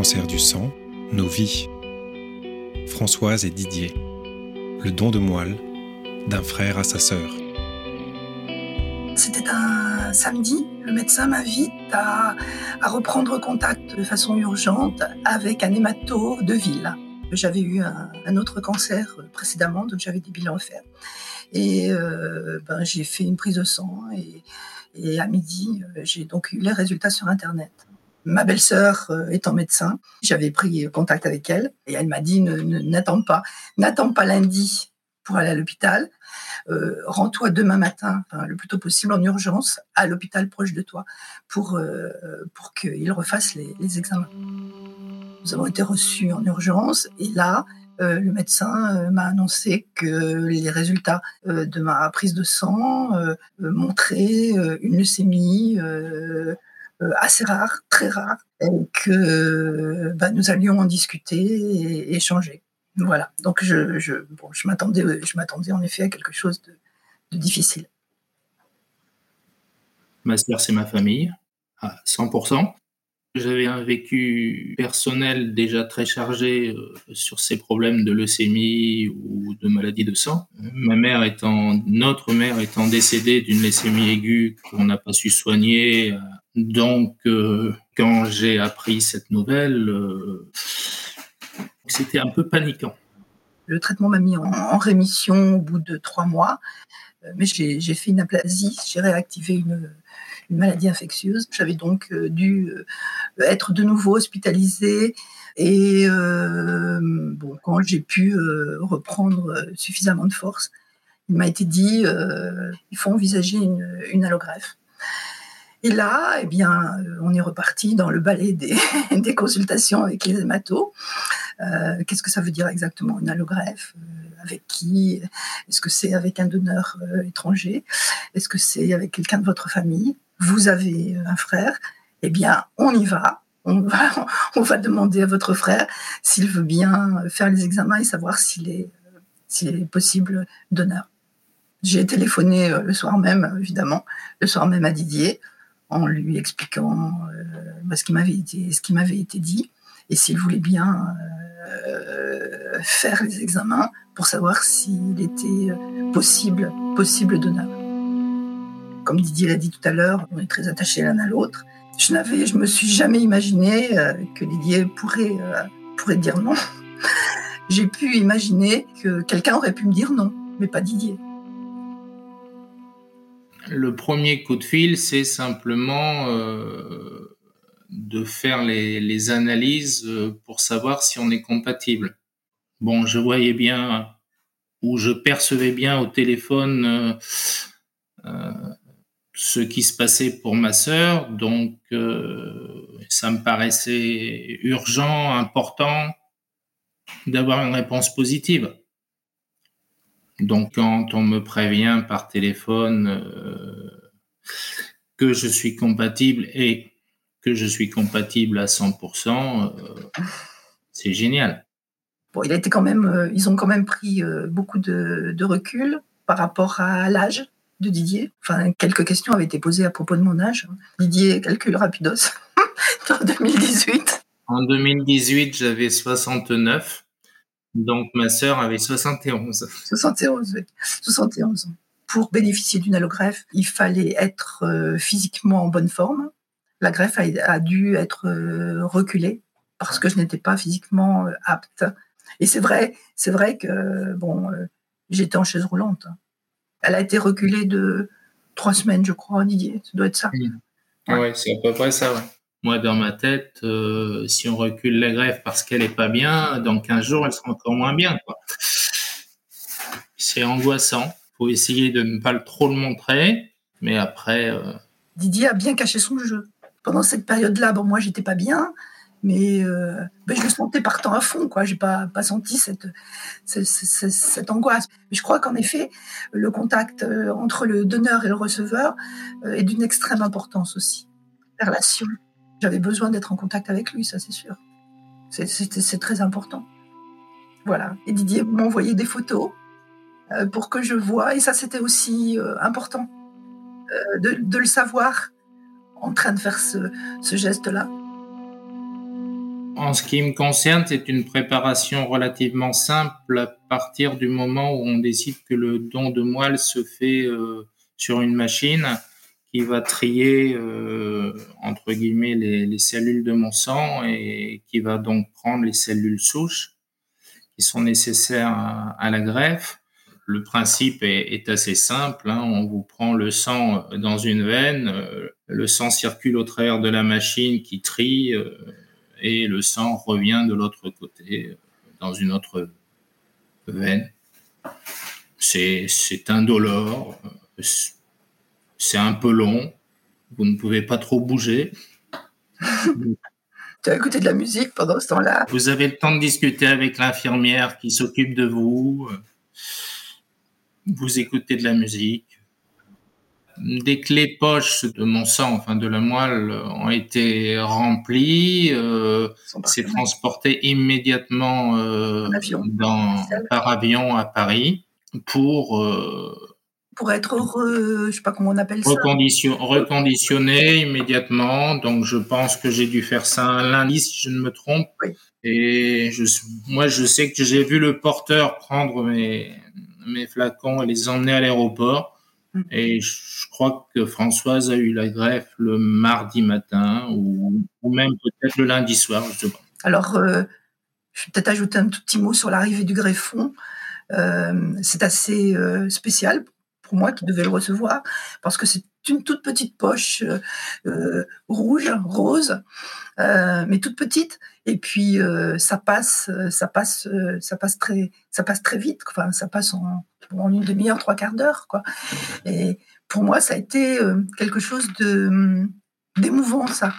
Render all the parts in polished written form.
cancer du sang, nos vies. Françoise et Didier. Le don de moelle d'un frère à sa sœur. C'était un samedi. Le médecin m'invite à reprendre contact de façon urgente avec un hémato de ville. J'avais eu un autre cancer précédemment, donc j'avais des bilans à faire. Et j'ai fait une prise de sang et à midi, j'ai donc eu les résultats sur Internet. Ma belle-sœur étant médecin, j'avais pris contact avec elle et elle m'a dit n'attends pas lundi pour aller à l'hôpital. Rends-toi demain matin, le plus tôt possible, en urgence, à l'hôpital proche de toi pour qu'ils refassent les examens. Nous avons été reçus en urgence et là, le médecin m'a annoncé que les résultats de ma prise de sang montraient une leucémie assez rare, très rare, et que nous allions en discuter et échanger. Voilà. Donc je m'attendais en effet à quelque chose de difficile. Ma sœur, c'est ma famille, à 100%. J'avais un vécu personnel déjà très chargé sur ces problèmes de leucémie ou de maladie de sang. Notre mère étant décédée d'une leucémie aiguë qu'on n'a pas su soigner. Donc, quand j'ai appris cette nouvelle, c'était un peu paniquant. Le traitement m'a mis en rémission au bout de 3 mois, mais j'ai fait une aplasie, j'ai réactivé une maladie infectieuse. J'avais donc dû être de nouveau hospitalisée et quand j'ai pu reprendre suffisamment de force, il m'a été dit il faut envisager une allogreffe. Et là, on est reparti dans le balai des consultations avec les hématos. Qu'est-ce que ça veut dire exactement une allogreffe ? Avec qui ? Est-ce que c'est avec un donneur étranger ? Est-ce que c'est avec quelqu'un de votre famille ? Vous avez un frère ? Eh bien, on y va. On va demander à votre frère s'il veut bien faire les examens et savoir s'il est possible donneur. J'ai téléphoné le soir même à Didier, en lui expliquant ce qui m'avait été dit et s'il voulait bien faire les examens pour savoir s'il était possible donneur. Comme Didier l'a dit tout à l'heure, on est très attachés l'un à l'autre. Je me suis jamais imaginé que Didier pourrait dire non. J'ai pu imaginer que quelqu'un aurait pu me dire non, mais pas Didier. Le premier coup de fil, c'est simplement de faire les analyses pour savoir si on est compatible. Bon, je voyais bien ou je percevais bien au téléphone ce qui se passait pour ma sœur, donc ça me paraissait urgent, important d'avoir une réponse positive. Donc quand on me prévient par téléphone que je suis compatible et que je suis compatible à 100%, c'est génial. Bon, ils ont quand même pris beaucoup de recul par rapport à l'âge de Didier. Enfin, quelques questions avaient été posées à propos de mon âge. Didier, calcul rapidos, en 2018. En 2018, j'avais 69, donc ma sœur avait 71. 71, oui. 71 ans. Pour bénéficier d'une allogreffe, il fallait être physiquement en bonne forme. La greffe a dû être reculée parce que je n'étais pas physiquement apte. Et c'est vrai que j'étais en chaise roulante. Elle a été reculée de 3 semaines, je crois, Didier. Ça doit être ça. Ouais, c'est à peu près ça, ouais. Moi, dans ma tête, si on recule la greffe parce qu'elle est pas bien, dans 15 jours, elle sera encore moins bien, quoi. C'est angoissant. Faut essayer de ne pas trop le montrer, mais après... Didier a bien caché son jeu. Pendant cette période-là, moi, j'étais pas bien, mais je me sentais partant à fond, quoi. J'ai pas senti cette angoisse. Mais je crois qu'en effet, le contact entre le donneur et le receveur est d'une extrême importance aussi. La relation. J'avais besoin d'être en contact avec lui, ça c'est sûr. C'est très important. Voilà. Et Didier m'envoyait des photos pour que je voie, et ça c'était aussi important de le savoir en train de faire ce geste-là. En ce qui me concerne, c'est une préparation relativement simple à partir du moment où on décide que le don de moelle se fait sur une machine qui va trier, entre guillemets, les cellules de mon sang et qui va donc prendre les cellules souches qui sont nécessaires à la greffe. Le principe est assez simple, hein. On vous prend le sang dans une veine, le sang circule au travers de la machine qui trie, et le sang revient de l'autre côté, dans une autre veine. C'est indolore, c'est un peu long, vous ne pouvez pas trop bouger. Tu as écouté de la musique pendant ce temps-là? Vous avez le temps de discuter avec l'infirmière qui s'occupe de vous, vous écoutez de la musique. Dès que les poches de mon sang, enfin de la moelle, ont été remplies, c'est transporté immédiatement par avion à Paris pour être heureux, je sais pas comment on appelle ça. Reconditionné immédiatement. Donc je pense que j'ai dû faire ça un lundi si je ne me trompe. Oui. Et moi je sais que j'ai vu le porteur prendre mes flacons et les emmener à l'aéroport. Et je crois que Françoise a eu la greffe le mardi matin ou même peut-être le lundi soir, je sais pas. Alors, je vais peut-être ajouter un tout petit mot sur l'arrivée du greffon. C'est assez spécial pour moi qui devais le recevoir parce que c'est une toute petite poche rouge, rose, mais toute petite. Et puis ça passe très vite. Enfin, ça passe en une demi-heure, 3/4 d'heure, quoi. Et pour moi, ça a été quelque chose d'émouvant, ça.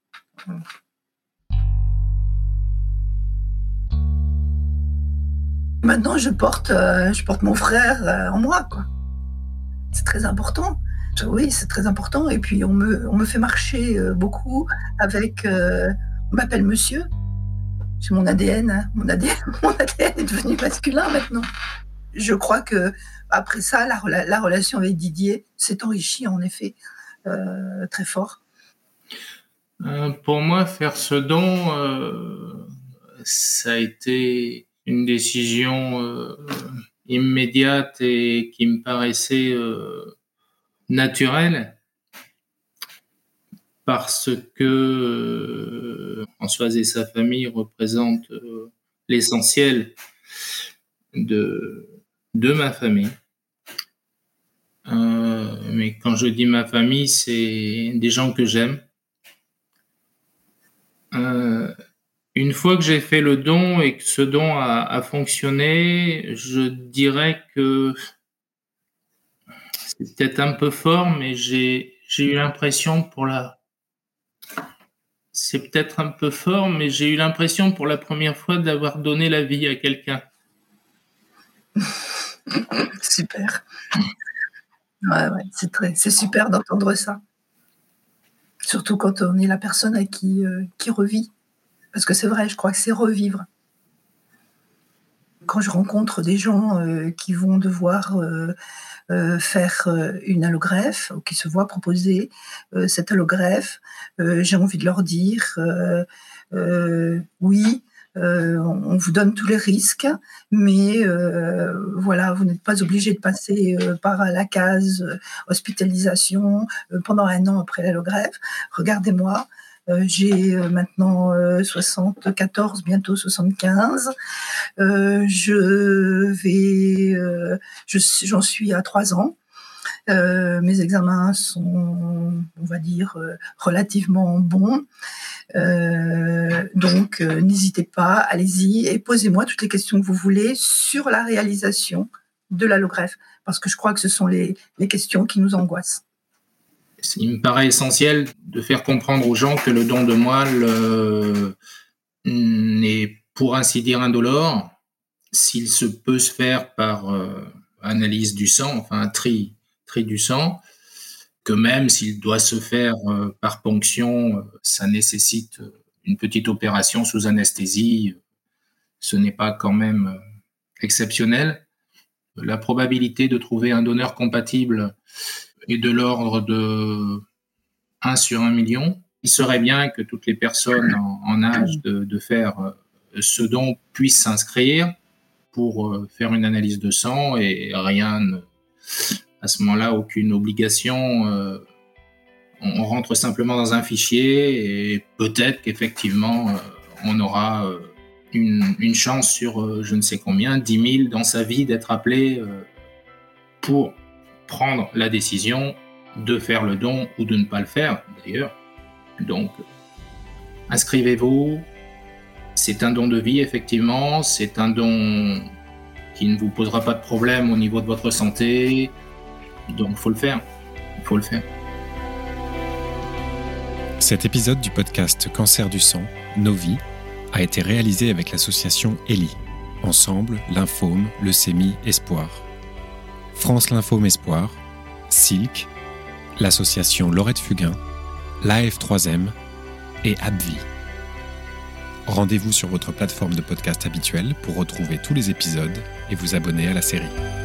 Maintenant, je porte mon frère en moi, quoi. C'est très important. Oui, c'est très important. Et puis, on me fait marcher beaucoup avec... on m'appelle monsieur. C'est mon ADN. Hein. Mon ADN est devenu masculin maintenant. Je crois que après ça, la relation avec Didier s'est enrichie, en effet, très fort. Pour moi, faire ce don, ça a été une décision immédiate et qui me paraissait naturelle parce que Françoise et sa famille représentent l'essentiel de ma famille. Mais quand je dis ma famille, c'est des gens que j'aime. Une fois que j'ai fait le don et que ce don a fonctionné, je dirais que c'est peut-être un peu fort, mais j'ai eu l'impression c'est peut-être un peu fort, mais j'ai eu l'impression pour la première fois d'avoir donné la vie à quelqu'un. Super. Ouais, c'est super d'entendre ça. Surtout quand on est la personne à qui revit. Parce que c'est vrai, je crois que c'est revivre. Quand je rencontre des gens qui vont devoir faire une allogreffe ou qui se voient proposer cette allogreffe, j'ai envie de leur dire oui, on vous donne tous les risques, mais voilà, vous n'êtes pas obligé de passer par la case hospitalisation pendant 1 an après l'allogreffe. Regardez-moi. J'ai maintenant 74, bientôt 75. J'en suis à 3 ans. Mes examens sont, on va dire, relativement bons. Donc, n'hésitez pas, allez-y et posez-moi toutes les questions que vous voulez sur la réalisation de l'allogreffe, parce que je crois que ce sont les questions qui nous angoissent. Il me paraît essentiel de faire comprendre aux gens que le don de moelle n'est pour ainsi dire indolore, s'il se peut se faire par analyse du sang, enfin un tri du sang, que même s'il doit se faire par ponction, ça nécessite une petite opération sous anesthésie, ce n'est pas quand même exceptionnel. La probabilité de trouver un donneur compatible est de l'ordre de 1 sur 1 million. il serait bien que toutes les personnes en âge de faire ce don puissent s'inscrire pour faire une analyse de sang et rien, à ce moment-là, aucune obligation. On rentre simplement dans un fichier et peut-être qu'effectivement, on aura une chance sur je ne sais combien, 10 000 dans sa vie d'être appelé pour prendre la décision de faire le don ou de ne pas le faire, d'ailleurs. Donc, inscrivez-vous. C'est un don de vie, effectivement. C'est un don qui ne vous posera pas de problème au niveau de votre santé. Donc, il faut le faire. Il faut le faire. Cet épisode du podcast Cancer du sang, Nos vies, a été réalisé avec l'association ELI. Ensemble, lymphome, leucémie, espoir. France Lymphome Espoir, Silk, l'association Laurette Fugain, l'AF3M et AbbVie. Rendez-vous sur votre plateforme de podcast habituelle pour retrouver tous les épisodes et vous abonner à la série.